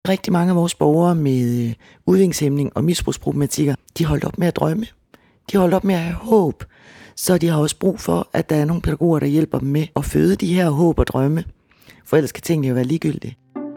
Rigtig mange af vores borgere med udviklingshæmning og misbrugsproblematikker, de holdt op med at drømme. De holdt op med at have håb. Så de har også brug for, at der er nogle pædagoger, der hjælper dem med at føde de her håb og drømme. For ellers kan tingene jo være ligegyldige.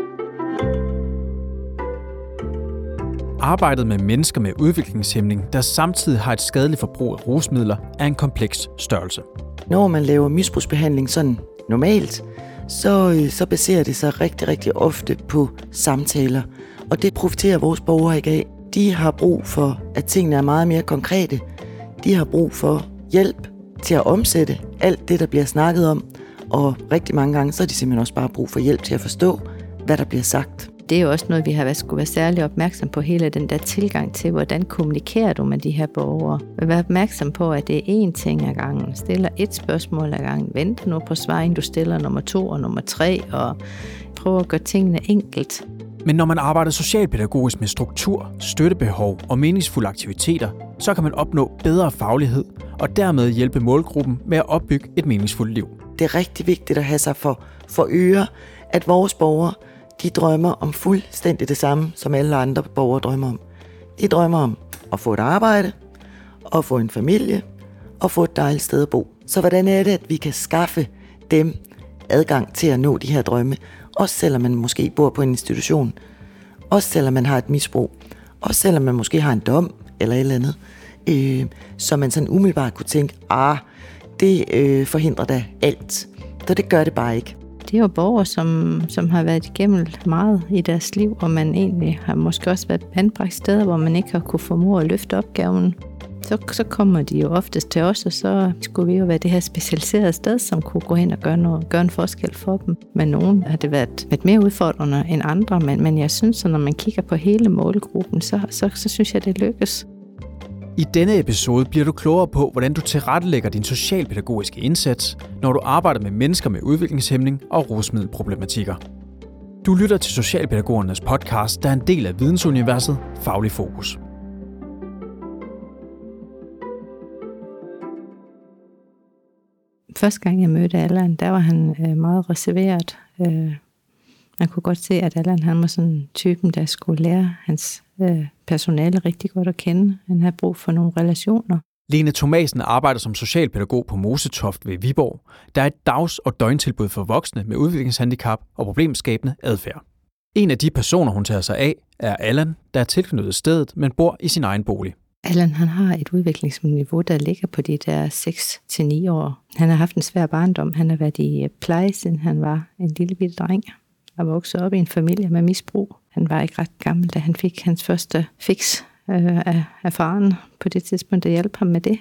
Arbejdet med mennesker med udviklingshæmning, der samtidig har et skadeligt forbrug af rusmidler, er en kompleks størrelse. Når man laver misbrugsbehandling sådan normalt, så baserer det sig rigtig, rigtig ofte på samtaler. Og det profiterer vores borgere ikke af. De har brug for, at tingene er meget mere konkrete. De har brug for hjælp til at omsætte alt det, der bliver snakket om. Og rigtig mange gange, så har de simpelthen også bare brug for hjælp til at forstå, hvad der bliver sagt. Det er jo også noget, vi skulle være særlig opmærksom på, hele den der tilgang til, hvordan kommunikerer du med de her borgere. Vær opmærksom på, at det er én ting ad gangen. Stiller et spørgsmål ad gangen. Vent nu på svar, inden du stiller nummer 2 og nummer 3, og prøv at gøre tingene enkelt. Men når man arbejder socialpædagogisk med struktur, støttebehov og meningsfulde aktiviteter, så kan man opnå bedre faglighed og dermed hjælpe målgruppen med at opbygge et meningsfuldt liv. Det er rigtig vigtigt at have sig for øre, at vores borgere, de drømmer om fuldstændig det samme, som alle andre borgere drømmer om. De drømmer om at få et arbejde, at få en familie og få et dejligt sted at bo. Så hvordan er det, at vi kan skaffe dem adgang til at nå de her drømme? Også selvom man måske bor på en institution. Også selvom man har et misbrug. Også selvom man måske har en dom eller et eller andet. Så man sådan umiddelbart kunne tænke, det forhindrer da alt. Så det gør det bare ikke. Det er jo borgere, som har været igennem meget i deres liv, og man egentlig har måske også været anbragt steder, hvor man ikke har kunne formå at løfte opgaven. Så kommer de jo oftest til os, og så skulle vi jo være det her specialiserede sted, som kunne gå hen og gøre en forskel for dem. Men nogen har det været mere udfordrende end andre, men jeg synes, at når man kigger på hele målgruppen, så synes jeg, det lykkes. I denne episode bliver du klogere på, hvordan du tilrettelægger din socialpædagogiske indsats, når du arbejder med mennesker med udviklingshæmning og rusmiddelproblematikker. Du lytter til Socialpædagogernes podcast, der er en del af vidensuniverset Faglig Fokus. Første gang jeg mødte Allan, der var han meget reserveret. Man kunne godt se, at Allan han var sådan typen, der skulle lære hans personale rigtig godt at kende. Han havde brug for nogle relationer. Lene Thomasen arbejder som socialpædagog på Mosetoft ved Viborg. Der er et dags- og døgntilbud for voksne med udviklingshandicap og problemskabende adfærd. En af de personer, hun tager sig af, er Allan, der er tilknyttet stedet, men bor i sin egen bolig. Allan han har et udviklingsniveau, der ligger på de der 6-9 år. Han har haft en svær barndom. Han har været i pleje, siden han var en lille bitte dreng. Og voksede op i en familie med misbrug. Han var ikke ret gammel, da han fik hans første fix af faren. På det tidspunkt, der hjalp ham med det.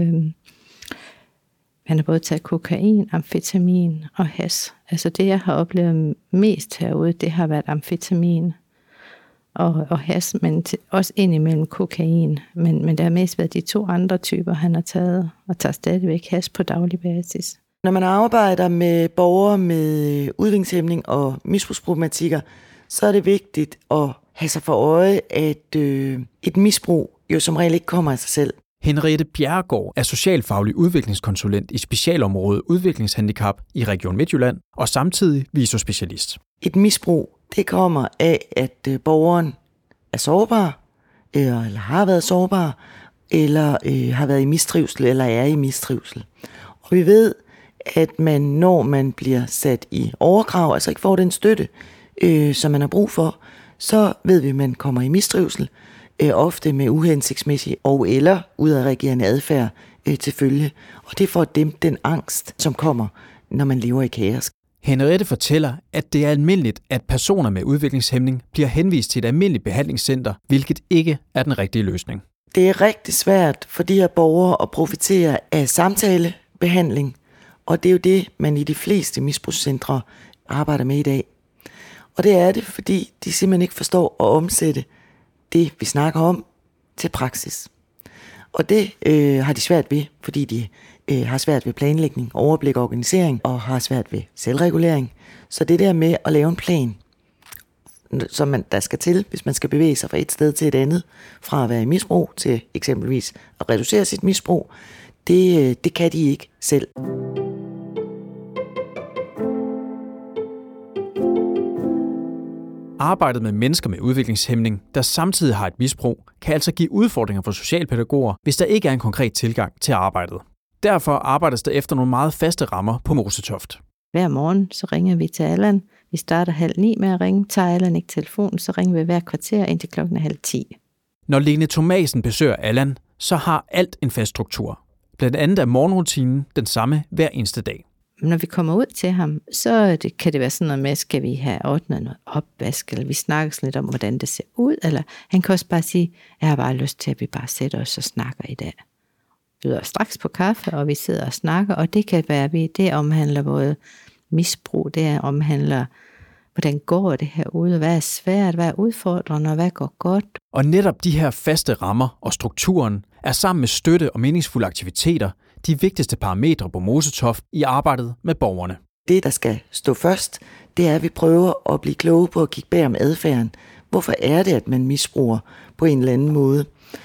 Han har både taget kokain, amfetamin og hash. Altså det, jeg har oplevet mest herude, det har været amfetamin og hash, men også indimellem kokain. Men der har mest været de 2 andre typer, han har taget, og tager stadigvæk hash på daglig basis. Når man arbejder med borgere med udviklingshæmning og misbrugsproblematikker, så er det vigtigt at have sig for øje, at et misbrug jo som regel ikke kommer af sig selv. Henriette Bjerregaard er socialfaglig udviklingskonsulent i specialområdet udviklingshandicap i Region Midtjylland og samtidig visospecialist. Et misbrug, det kommer af, at borgeren er sårbar, eller har været sårbar, eller har været i mistrivsel, eller er i mistrivsel. Og vi ved, at når man bliver sat i overkrav, altså ikke får den støtte, som man har brug for, så ved vi, at man kommer i mistrivsel, ofte med uhensigtsmæssig eller udadreagerende adfærd til følge. Og det får dem den angst, som kommer, når man lever i kaos. Henriette fortæller, at det er almindeligt, at personer med udviklingshæmning bliver henvist til et almindeligt behandlingscenter, hvilket ikke er den rigtige løsning. Det er rigtig svært for de her borgere at profitere af samtalebehandling, og det er jo det, man i de fleste misbrugscentre arbejder med i dag. Og det er det, fordi de simpelthen ikke forstår at omsætte det, vi snakker om, til praksis. Og det har de svært ved, fordi de har svært ved planlægning, overblik og organisering, og har svært ved selvregulering. Så det der med at lave en plan, som der skal til, hvis man skal bevæge sig fra et sted til et andet, fra at være i misbrug til eksempelvis at reducere sit misbrug, det kan de ikke selv. Arbejdet med mennesker med udviklingshæmning, der samtidig har et misbrug, kan altså give udfordringer for socialpædagoger, hvis der ikke er en konkret tilgang til arbejdet. Derfor arbejdes der efter nogle meget faste rammer på Mosetoft. Hver morgen så ringer vi til Allan. Vi starter 8:30 med at ringe. Tager Allan ikke telefonen, så ringer vi hver kvarter indtil 9:30. Når Lene Thomasen besøger Allan, så har alt en fast struktur. Blandt andet er morgenrutinen den samme hver eneste dag. Når vi kommer ud til ham, så kan det være sådan noget med, skal vi have ordnet noget opvask, eller vi snakker sådan lidt om, hvordan det ser ud, eller han kan også bare sige, jeg har bare lyst til, at vi bare sætter os og snakker i dag. Vi byder straks på kaffe, og vi sidder og snakker, og det kan være, det omhandler både misbrug, det omhandler, hvordan går det herude, hvad er svært, hvad er udfordrende, og hvad går godt. Og netop de her faste rammer og strukturen er sammen med støtte og meningsfulde aktiviteter de vigtigste parametre på Mosetoft i arbejdet med borgerne. Det, der skal stå først, det er, at vi prøver at blive kloge på at kigge bag om adfærden. Hvorfor er det, at man misbruger på en eller anden måde?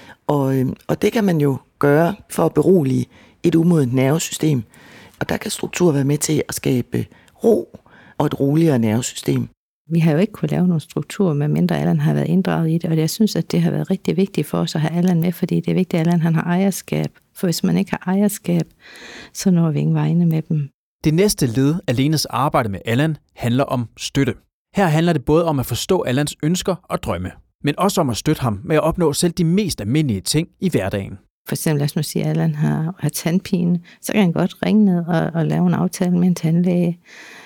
Og det kan man jo gøre for at berolige et umodent nervesystem. Og der kan struktur være med til at skabe ro og et roligere nervesystem. Vi har jo ikke kunnet lave nogen struktur, medmindre Allan har været inddraget i det, og jeg synes, at det har været rigtig vigtigt for os at have Allan med, fordi det er vigtigt, at Allan han har ejerskab. For hvis man ikke har ejerskab, så når vi ingen vegne med dem. Det næste led af Lenes arbejde med Allan handler om støtte. Her handler det både om at forstå Allans ønsker og drømme, men også om at støtte ham med at opnå selv de mest almindelige ting i hverdagen. For eksempel, lad os nu sige, at Allan har tandpine, så kan han godt ringe ned og lave en aftale med en tandlæge.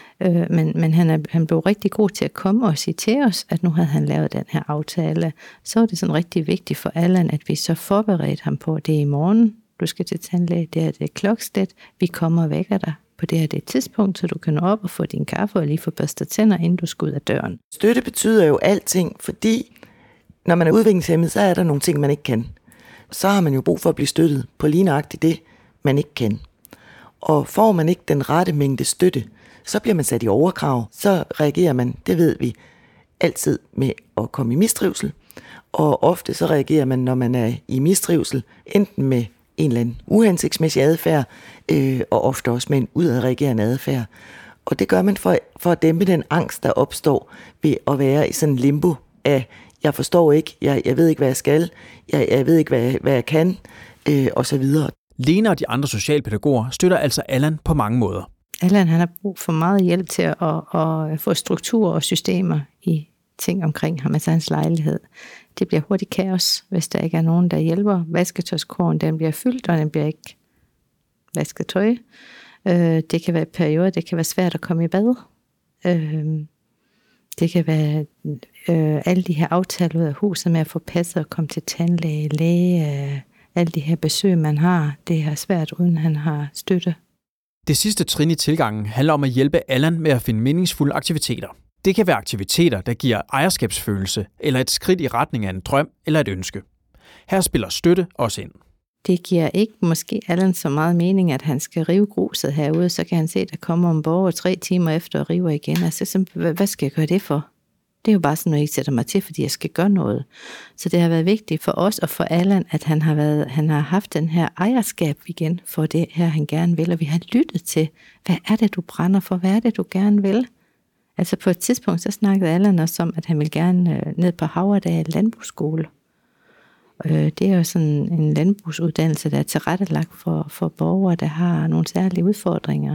Men han blev rigtig god til at komme og sige til os, at nu havde han lavet den her aftale. Så er det sådan rigtig vigtigt for Allan, at vi så forberedte ham på, at det er i morgen, du skal til tandlæge, det er klokslet, vi kommer og vækker dig på det her tidspunkt, så du kan nå op og få din kaffe og lige få børstet tænder, inden du skal ud af døren. Støtte betyder jo alting, fordi når man er udviklingshæmmet, så er der nogle ting, man ikke kan. Så har man jo brug for at blive støttet på lige nøjagtigt det, man ikke kan. Og får man ikke den rette mængde støtte, så bliver man sat i overkrav. Så reagerer man, det ved vi, altid med at komme i mistrivsel. Og ofte så reagerer man, når man er i mistrivsel, enten med en eller anden uhensigtsmæssig adfærd, og ofte også med en udadreagerende adfærd. Og det gør man for at dæmpe den angst, der opstår ved at være i sådan en limbo af, jeg forstår ikke, jeg ved ikke, hvad jeg skal, jeg ved ikke, hvad jeg kan, og så videre. Lene og de andre socialpædagoger støtter altså Allan på mange måder. Allan han har brug for meget hjælp til at få struktur og systemer i ting omkring ham, altså hans lejlighed. Det bliver hurtigt kaos, hvis der ikke er nogen, der hjælper. Vasketøjskurven, den bliver fyldt, og den bliver ikke vasket tøj. Det kan være perioder, det kan være svært at komme i bad. Det kan være alle de her aftaler ud af huset med at få passet og komme til tandlæge, læge, alle de her besøg, man har. Det er svært, uden han har støtte. Det sidste trin i tilgangen handler om at hjælpe Allan med at finde meningsfulde aktiviteter. Det kan være aktiviteter, der giver ejerskabsfølelse, eller et skridt i retning af en drøm eller et ønske. Her spiller støtte også ind. Det giver ikke måske Allan så meget mening, at han skal rive gruset herude, så kan han se, at der kommer en borger 3 timer efter og river igen. Altså, hvad skal jeg gøre det for? Det er jo bare sådan, at jeg ikke sætter mig til, fordi jeg skal gøre noget. Så det har været vigtigt for os og for Allan, at han har haft den her ejerskab igen for det her, han gerne vil. Og vi har lyttet til, hvad er det, du brænder for? Hvad er det, du gerne vil? Altså på et tidspunkt, så snakkede Allan også om, at han ville gerne ned på Havredal landbrugsskole. Det er jo sådan en landbrugsuddannelse, der er tilrettelagt for borgere, der har nogle særlige udfordringer.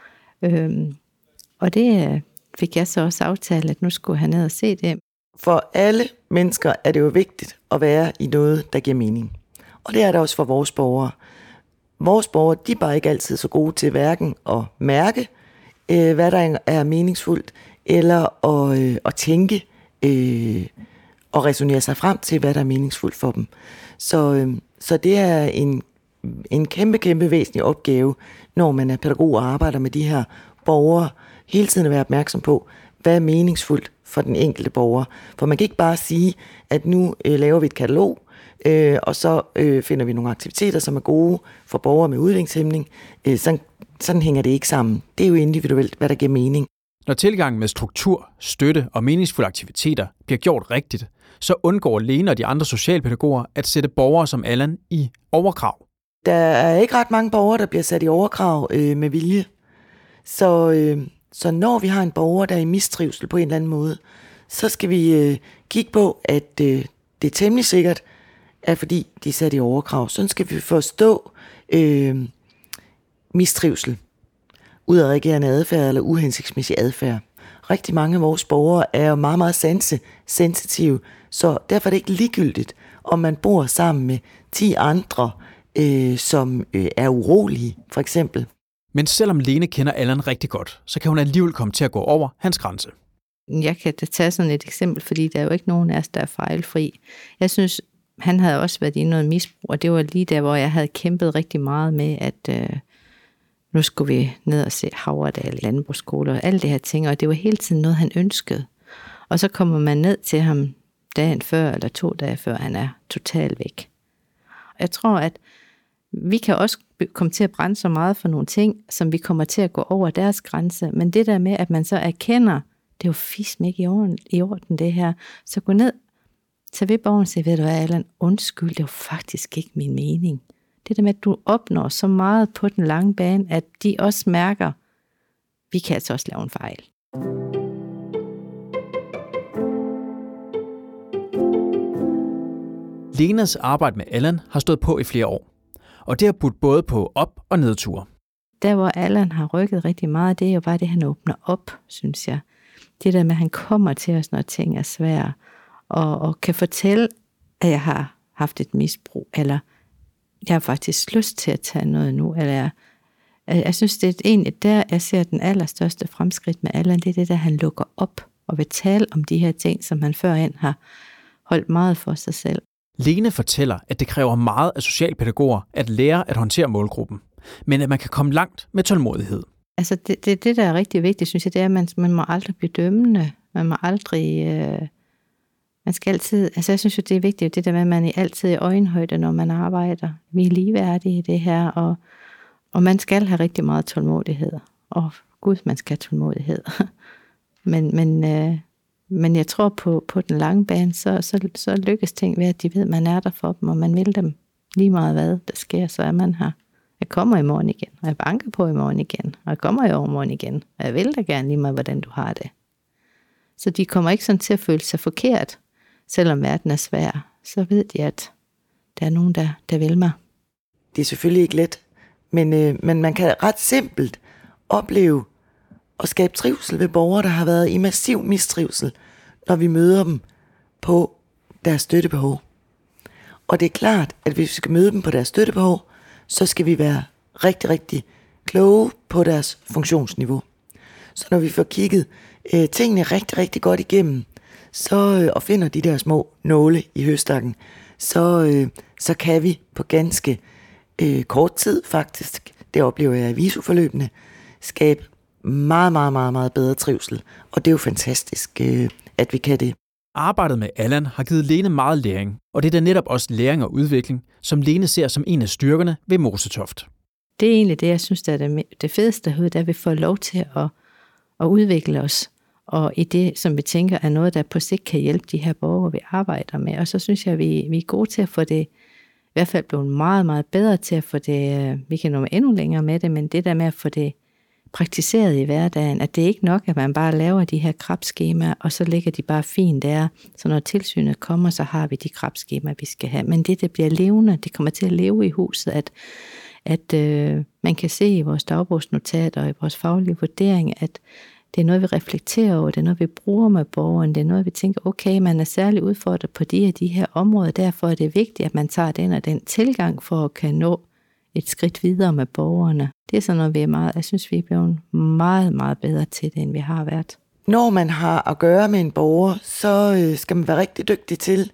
Og det fik jeg så også aftalt, at nu skulle han ned og se det. For alle mennesker er det jo vigtigt at være i noget, der giver mening. Og det er det også for vores borgere. Vores borgere, de er bare ikke altid så gode til hverken at mærke, hvad der er meningsfuldt, eller at tænke og resonere sig frem til, hvad der er meningsfuldt for dem. Så det er en kæmpe væsentlig opgave, når man er pædagog og arbejder med de her borgere, hele tiden at være opmærksom på, hvad er meningsfuldt for den enkelte borger. For man kan ikke bare sige, at nu laver vi et katalog, og så finder vi nogle aktiviteter, som er gode for borgere med udviklingshæmning. Sådan hænger det ikke sammen. Det er jo individuelt, hvad der giver mening. Når tilgangen med struktur, støtte og meningsfulde aktiviteter bliver gjort rigtigt, så undgår Lene og de andre socialpædagoger at sætte borgere som Allan i overkrav. Der er ikke ret mange borgere, der bliver sat i overkrav med vilje. Så når vi har en borger, der er i mistrivsel på en eller anden måde, så skal vi kigge på, at det er temmelig sikkert, at fordi de er sat i overkrav, så skal vi forstå mistrivsel, udadreagerende adfærd eller uhensigtsmæssig adfærd. Rigtig mange af vores borgere er jo meget, meget sensitive, så derfor er det ikke ligegyldigt, om man bor sammen med 10 andre, som er urolige, for eksempel. Men selvom Lene kender Allan rigtig godt, så kan hun alligevel komme til at gå over hans grænse. Jeg kan da tage sådan et eksempel, fordi der er jo ikke nogen af os, der er fejlfri. Jeg synes, han havde også været i noget misbrug, og det var lige der, hvor jeg havde kæmpet rigtig meget med, at nu skulle vi ned og se Havredal landbrugsskole og alle det her ting, og det var hele tiden noget, han ønskede. Og så kommer man ned til ham dagen før, eller 2 dage før, han er totalt væk. Jeg tror, at vi kan også komme til at brænde så meget for nogle ting, som vi kommer til at gå over deres grænse, men det der med, at man så erkender, det er jo fisme ikke i orden det her, så gå ned, tag ved borgen og sige, ved du hvad, Allan, undskyld, det var faktisk ikke min mening. Det der med, at du opnår så meget på den lange bane, at de også mærker, vi kan altså også lave en fejl. Lenas arbejde med Allan har stået på i flere år, og det har budt både på op- og nedture. Der, hvor Allan har rykket rigtig meget, det er jo bare det, han åbner op, synes jeg. Det der med, at han kommer til os, når ting er svære, og kan fortælle, at jeg har haft et misbrug, eller jeg har faktisk lyst til at tage noget nu, eller jeg synes, det er egentlig der, jeg ser den allerstørste fremskridt med Allan, det er det, der han lukker op og vil tale om de her ting, som han førhen har holdt meget for sig selv. Lene fortæller, at det kræver meget af socialpædagoger at lære at håndtere målgruppen, men at man kan komme langt med tålmodighed. Altså det der er rigtig vigtigt, synes jeg, det er, at man må aldrig blive dømmende. Man må aldrig... Man skal altid... Altså jeg synes jo, det er vigtigt, det der med, at man er altid i øjenhøjde, når man arbejder. Vi er ligeværdige i det her, og man skal have rigtig meget tålmodighed. Og gud, man skal have tålmodighed. Men jeg tror på den lange bane, så lykkes ting ved, at de ved, at man er der for dem, og man vil dem lige meget hvad der sker, så er man her. Jeg kommer i morgen igen, og jeg banker på i morgen igen, og jeg kommer i overmorgen igen, og jeg vil da gerne lige meget, hvordan du har det. Så de kommer ikke sådan til at føle sig forkert, selvom verden er svær. Så ved de, at der er nogen, der vil mig. Det er selvfølgelig ikke let, men man kan ret simpelt opleve og skabe trivsel ved borgere, der har været i massiv mistrivsel, når vi møder dem på deres støttebehov. Og det er klart, at hvis vi skal møde dem på deres støttebehov, så skal vi være rigtig, rigtig kloge på deres funktionsniveau. Så når vi får kigget tingene rigtig, rigtig godt igennem, og finder de der små nåle i høstakken, så kan vi på ganske kort tid faktisk, det oplever jeg i visuforløbene, skabe meget, meget, meget, meget bedre trivsel. Og det er jo fantastisk, at vi kan det. Arbejdet med Allan har givet Lene meget læring, og det er da netop også læring og udvikling, som Lene ser som en af styrkerne ved Mosetoft. Det er egentlig det, jeg synes, der er det fedeste herude, der vi får lov til at udvikle os, og i det, som vi tænker, er noget, der på sigt kan hjælpe de her borgere, vi arbejder med. Og så synes jeg, at vi er gode til at få det, i hvert fald blevet meget, meget bedre til at få det, vi kan nå endnu længere med det, men det der med at få det praktiseret i hverdagen, at det er ikke nok, at man bare laver de her krebsskemaer, og så ligger de bare fint der, så når tilsynet kommer, så har vi de krebsskemaer, vi skal have. Men det bliver levende, det kommer til at leve i huset, at man kan se i vores dagbogsnotater og i vores faglige vurdering, at det er noget, vi reflekterer over, det er noget, vi bruger med borgeren, det er noget, vi tænker, okay, man er særlig udfordret på de her områder, derfor er det vigtigt, at man tager den og den tilgang for at kan nå et skridt videre med borgerne. Det er sådan noget, jeg synes, vi er blevet meget, meget bedre til det, end vi har været. Når man har at gøre med en borger, så skal man være rigtig dygtig til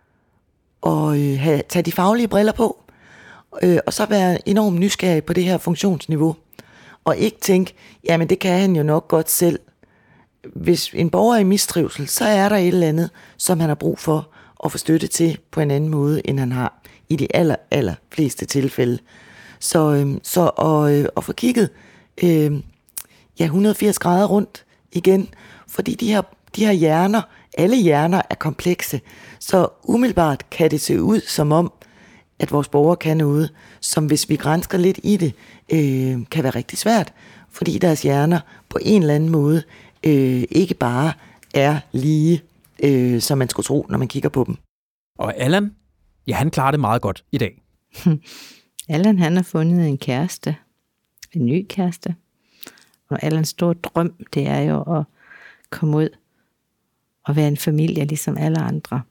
at tage de faglige briller på, og så være enormt nysgerrig på det her funktionsniveau. Og ikke tænke, jamen det kan han jo nok godt selv. Hvis en borger er i mistrivsel, så er der et eller andet, som han har brug for at få støtte til på en anden måde, end han har i de aller fleste tilfælde. Så at få kigget 180 grader rundt igen, fordi de her hjerner, alle hjerner er komplekse, så umiddelbart kan det se ud som om, at vores borgere kan noget, som hvis vi gransker lidt i det, kan være rigtig svært, fordi deres hjerner på en eller anden måde ikke bare er lige, som man skulle tro, når man kigger på dem. Og Allan, ja, han klarer det meget godt i dag. Allan, han har fundet en kæreste. En ny kæreste. Og Allans store drøm, det er jo at komme ud og være en familie, ligesom alle andre.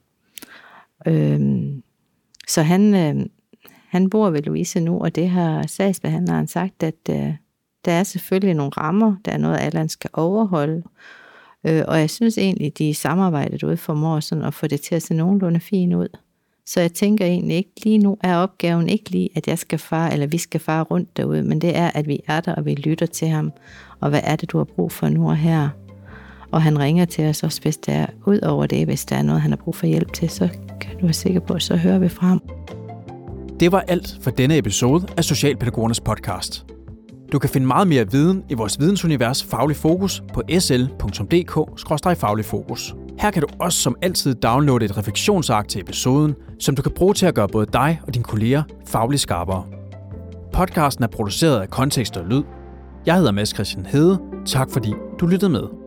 Så han bor ved Louise nu, og det har sagsbehandleren sagt, at der er selvfølgelig nogle rammer, der er noget, Allan skal overholde. Og jeg synes egentlig, de i samarbejdet ude formår sådan at få det til at se nogenlunde fint ud. Så jeg tænker egentlig ikke, lige nu er opgaven ikke lige, at jeg skal fare, eller vi skal fare rundt derude, men det er, at vi er der, og vi lytter til ham. Og hvad er det, du har brug for nu og her? Og han ringer til os også, hvis der er ud over det, hvis der er noget, han har brug for hjælp til, så kan du være sikker på, så hører vi fra ham. Det var alt for denne episode af Socialpædagogernes podcast. Du kan finde meget mere viden i vores vidensunivers Faglig Fokus på sl.dk/fagligfokus. Her kan du også som altid downloade et refleksionsark til episoden, som du kan bruge til at gøre både dig og dine kolleger fagligt skarpere. Podcasten er produceret af Kontekst og Lyd. Jeg hedder Mads Christian Hede. Tak fordi du lyttede med.